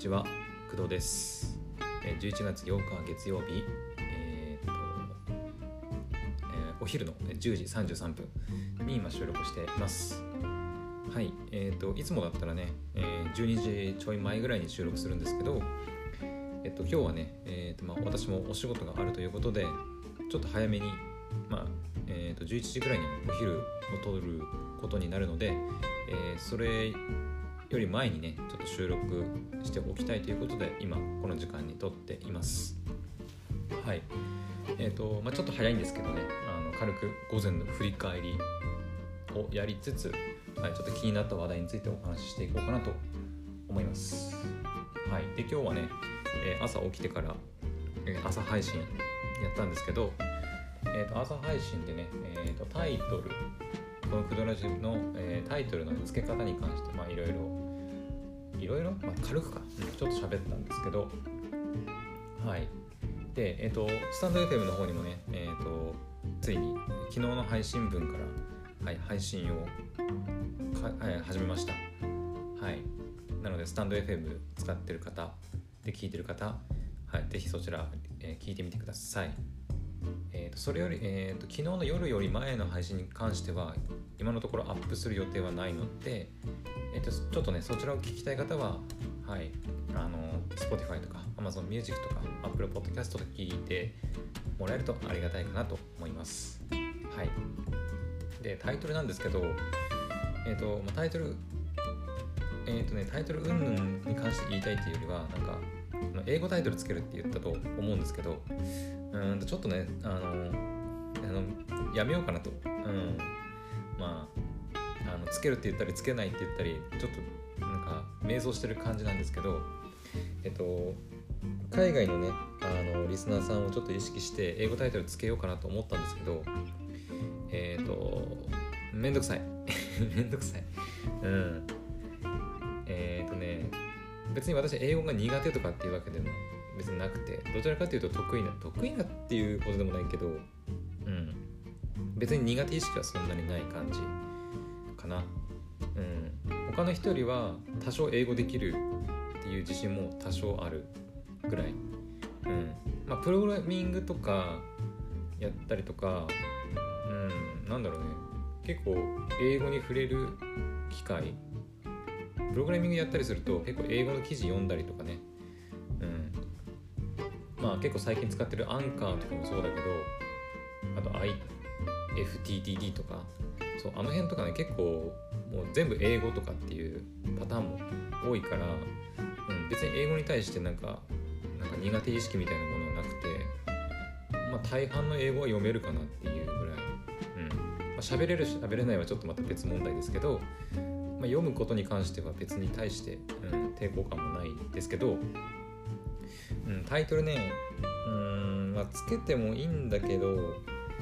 ちは、工藤です。11月8日月曜日、お昼の10時33分に今収録しています。はい、いつもだったらね、12時ちょい前ぐらいに収録するんですけど、今日はね、私もお仕事があるということで、ちょっと早めに、11時ぐらいにお昼を取ることになるので、それより前にねちょっと収録しておきたいということで今この時間に撮っています。はい、ちょっと早いんですけどね、軽く午前の振り返りをやりつつ、ちょっと気になった話題についてお話ししていこうかなと思います。はい、で今日はね、朝起きてから、朝配信やったんですけど、朝配信でね、タイトルこのクドラジの、タイトルの付け方に関していろいろ、軽くちょっと喋ったんですけど、はい。で、スタンド FM の方にもね、ついに昨日の配信分から、配信を始めました。はい。なのでスタンド FM 使ってる方で聞いてる方、ぜひそちら、聞いてみてください。それより、昨日の夜より前の配信に関しては今のところアップする予定はないので、ちょっとねそちらを聞きたい方は、Spotify とか Amazon Music とか Apple Podcast とか聞いてもらえるとありがたいかなと思います。はい。でタイトルなんですけど、タイトル云々に関して言いたいというよりは英語タイトルつけるって言ったと思うんですけど、ちょっとねやめようかなと、つけるって言ったりつけないって言ったりちょっと迷走してる感じなんですけど、海外のねリスナーさんをちょっと意識して英語タイトルつけようかなと思ったんですけど、めんどくさいめんどくさい別に私英語が苦手とかっていうわけでも別になくて、どちらかというと得意なっていうことでもないけど、別に苦手意識はそんなにない感じかな。他の人よりは多少英語できるっていう自信も多少あるぐらい。プログラミングとかやったりとか、結構英語に触れる機会、プログラミングやったりすると結構英語の記事読んだりとかね、結構最近使ってるアンカーとかもそうだけど、あと IFTTT とか、そうあの辺とかね結構もう全部英語とかっていうパターンも多いから、別に英語に対してなんか苦手意識みたいなものはなくて、大半の英語は読めるかなっていうぐらい、喋れるし喋れないはちょっとまた別問題ですけど、読むことに関しては別に対して、抵抗感もないですけど、タイトルね、つけてもいいんだけど、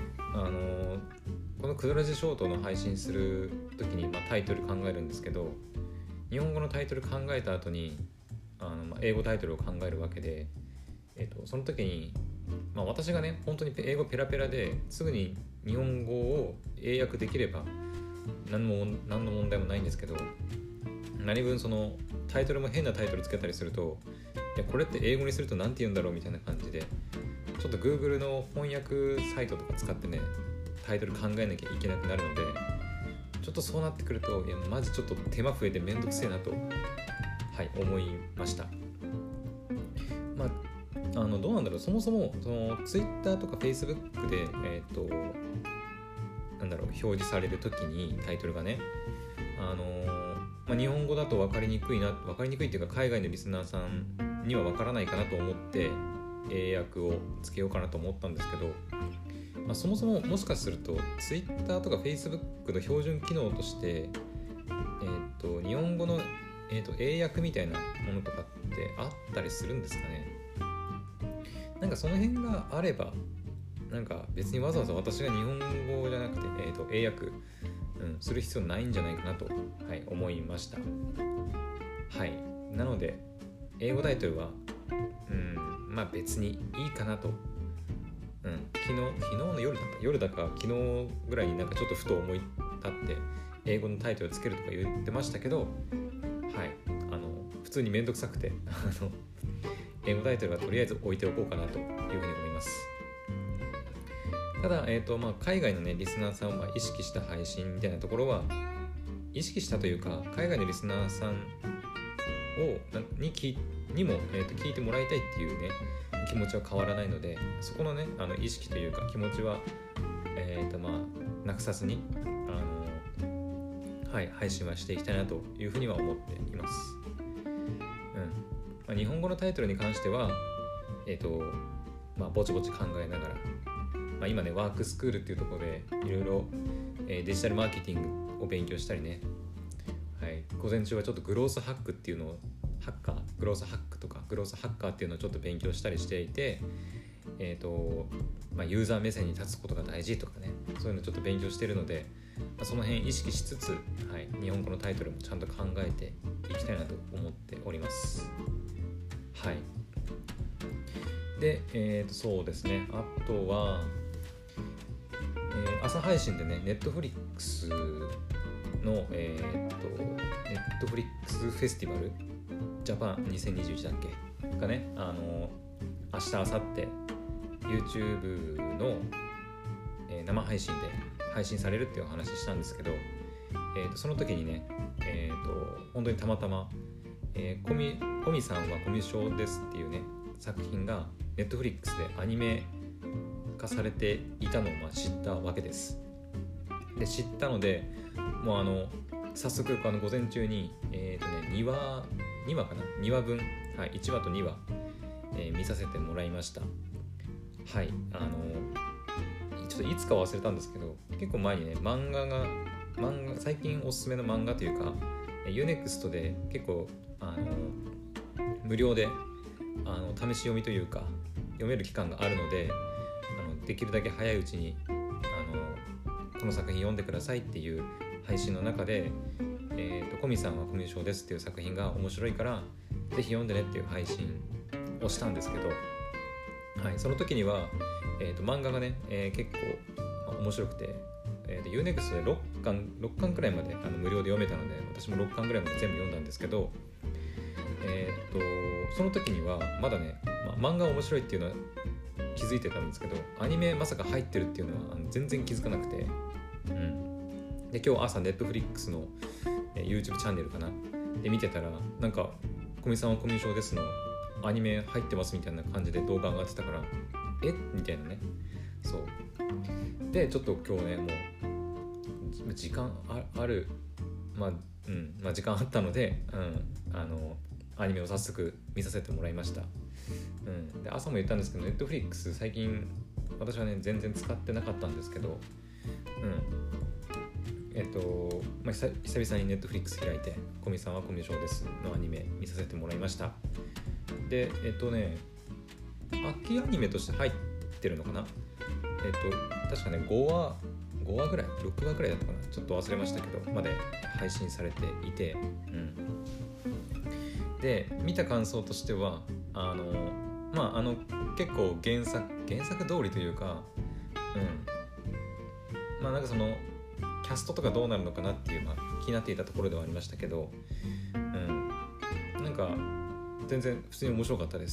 このクドラジショートの配信するときに、タイトル考えるんですけど、日本語のタイトル考えた後に英語タイトルを考えるわけで、その時に、私がね本当に英語ペラペラですぐに日本語を英訳できれば何の問題もないんですけど、何分そのタイトルも変なタイトルつけたりすると、いやこれって英語にすると何て言うんだろうみたいな感じで、ちょっと Google の翻訳サイトとか使ってねタイトル考えなきゃいけなくなるので、ちょっとそうなってくるとマジちょっと手間増えてめんどくせえなと、思いました。どうなんだろう、そもそもその Twitter とか Facebook で表示されるときにタイトルがね、日本語だと分かりにくいっていうか、海外のリスナーさんには分からないかなと思って英訳をつけようかなと思ったんですけど、そもそももしかすると Twitter とか Facebook の標準機能として、日本語の、英訳みたいなものとかってあったりするんですかね。その辺があれば別にわざわざ私が日本語じゃなくて、英訳、する必要ないんじゃないかなと、思いました。なので英語タイトルは別にいいかなと、昨日の夜だか昨日ぐらいにちょっとふと思い立って英語のタイトルつけるとか言ってましたけど、普通にめんどくさくて英語タイトルはとりあえず置いておこうかなというふうに思います。ただ、海外のねリスナーさんを意識した配信みたいなところは意識したというか、海外のリスナーさんにも、聞いてもらいたいっていうね気持ちは変わらないので、そこのね意識というか気持ちは、なくさずに配信はしていきたいなというふうには思っています。日本語のタイトルに関してはぼちぼち考えながら、今ねワークスクールっていうところでいろいろデジタルマーケティングを勉強したりね、午前中はちょっとグロースハックっていうのをグロースハックとかグロースハッカーっていうのをちょっと勉強したりしていて、ユーザー目線に立つことが大事とかね、そういうのちょっと勉強しているので、その辺意識しつつ、日本語のタイトルもちゃんと考えていきたいなと思っております。で、そうですね、あとは、朝配信でね、Netflix の、Netflix フェスティバルジャパン2021だっけがね、明日明後日 YouTube の、生配信で配信されるっていうお話したんですけど、その時にね、本当にたまたま、コミさんはコミュ障ですっていうね作品が Netflix でアニメ化されていたのを知ったわけです。で知ったのでもう早速午前中に2話かな2話分、1話と2話、見させてもらいました。ちょっといつか忘れたんですけど、結構前にね漫画最近おすすめの漫画というか Unext で結構無料で試し読みというか読める期間があるので、できるだけ早いうちにこの作品読んでくださいっていう配信の中で、コミさんはコミュ障ですっていう作品が面白いからぜひ読んでねっていう配信をしたんですけど、その時には、漫画がね、結構面白くて、Unext で6巻くらいまで無料で読めたので、私も6巻くらいまで全部読んだんですけど、その時にはまだね、漫画面白いっていうのは気づいてたんですけど、アニメまさか入ってるっていうのは全然気づかなくて、で今日朝 Netflix の、YouTube チャンネルかなで見てたら、なんかコミさんはコミュ障ですのアニメ入ってますみたいな感じで動画上がってたから、みたいなね。そうでちょっと今日ねもう時間ある時間あったので、アニメを早速見させてもらいました。で朝も言ったんですけど、Netflix 最近私はね全然使ってなかったんですけど、久々に Netflix 開いてコミさんはコミュ障ですのアニメ見させてもらいました。で秋アニメとして入ってるのかな、確かね5話ぐらい6話ぐらいだったかな、ちょっと忘れましたけどまで配信されていて、で見た感想としては結構原作通りというか、なんかそのキャストとかどうなるのかなっていう、気になっていたところではありましたけど、なんか全然普通に面白かったです。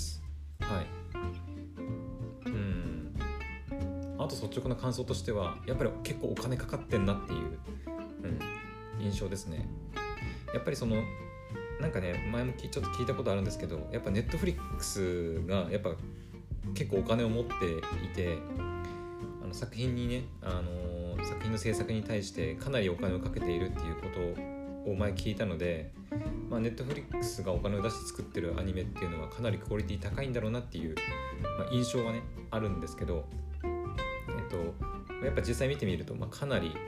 あと率直な感想としてはやっぱり結構お金かかってんなっていう、印象ですね。やっぱりそのなんかね前もちょっと聞いたことあるんですけど、やっぱ Netflix がやっぱ結構お金を持っていて、作品にね、作品の制作に対してかなりお金をかけているっていうことを前聞いたので、Netflix がお金を出して作ってるアニメっていうのはかなりクオリティ高いんだろうなっていう、印象がねあるんですけど、やっぱ実際見てみると、かなり、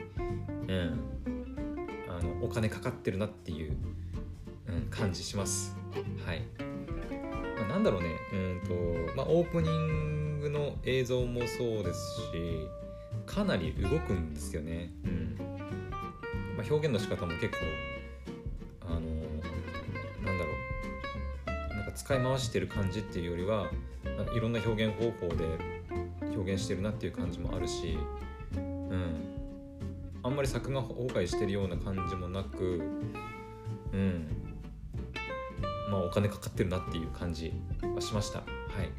お金かかってるなっていう、感じします。なんだろうね、オープニングの映像もそうですし、かなり動くんですよね。表現の仕方も結構なんか使い回してる感じっていうよりは、なんかいろんな表現方法で表現してるなっていう感じもあるし、あんまり作画崩壊してるような感じもなく、 お金かかってるなっていう感じはしました。はい。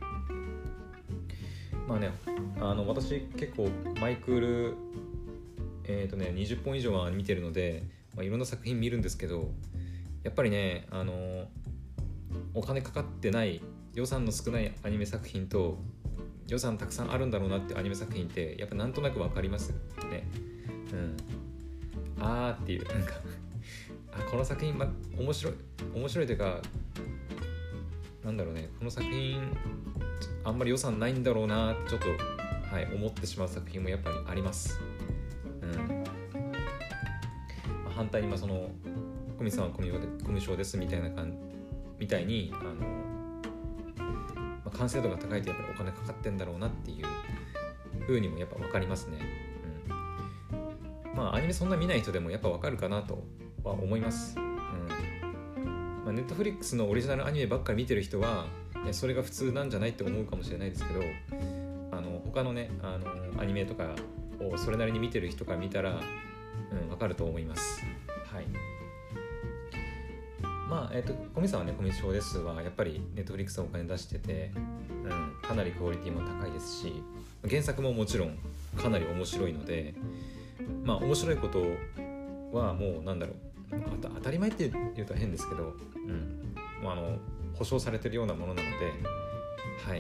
私結構マイクール20本以上は見てるので、いろんな作品見るんですけど、やっぱりねお金かかってない予算の少ないアニメ作品と予算たくさんあるんだろうなっていうアニメ作品ってやっぱなんとなく分かりますね。っていうこの作品、面白いというか、この作品あんまり予算ないんだろうなってちょっと、思ってしまう作品もやっぱりあります。反対にそのコミさんはコミュ障ですみたいに完成度が高いとやっぱりお金かかってんだろうなっていう風にもやっぱ分かりますね。アニメそんな見ない人でもやっぱ分かるかなとは思います。ネットフリックスのオリジナルアニメばっかり見てる人はそれが普通なんじゃないって思うかもしれないですけど、他のねアニメとかをそれなりに見てる人から見たら分かると思います。はい。コミさんはね、コミュ障ですはやっぱりネットフリックスはお金出してて、かなりクオリティも高いですし、原作ももちろんかなり面白いので、面白いことはもう当たり前って言うと変ですけど、保証されてるようなものなので、はい、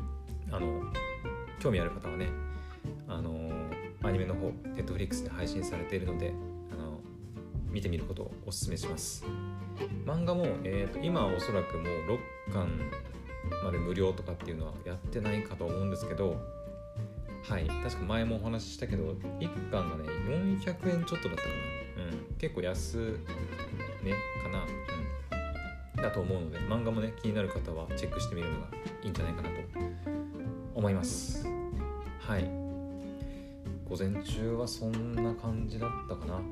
興味ある方はね、アニメの方ネットフリックスで配信されているので見てみることをお勧めします。漫画も、今はおそらくもう6巻まで無料とかっていうのはやってないかと思うんですけど、はい、確か前もお話ししたけど1巻がね400円ちょっとだったかな、結構安めかな、だと思うので、漫画もね気になる方はチェックしてみるのがいいんじゃないかなと思います。はい、午前中はそんな感じだったかな。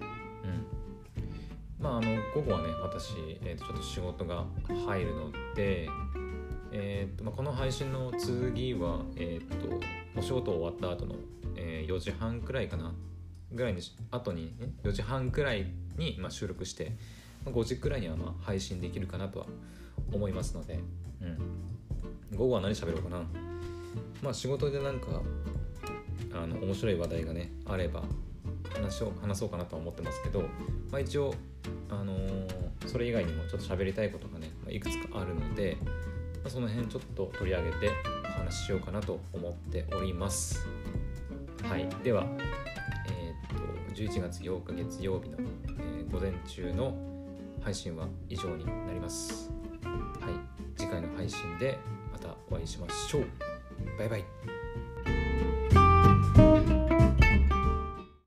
午後はね私、ちょっと仕事が入るので、この配信の次は、お仕事終わった後の、4時半くらいかなぐらいに後に、ね、4時半くらいに、収録して、5時くらいには配信できるかなとは思いますので、午後は何喋ろうかな。仕事で面白い話題がねあれば話そうかなとは思ってますけど、一応それ以外にもちょっと喋りたいことがね、いくつかあるので、その辺ちょっと取り上げてお話ししようかなと思っております。はい、では、11月8日月曜日の、午前中の配信は以上になります。はい、次回の配信でまたお会いしましょう。バイバイ。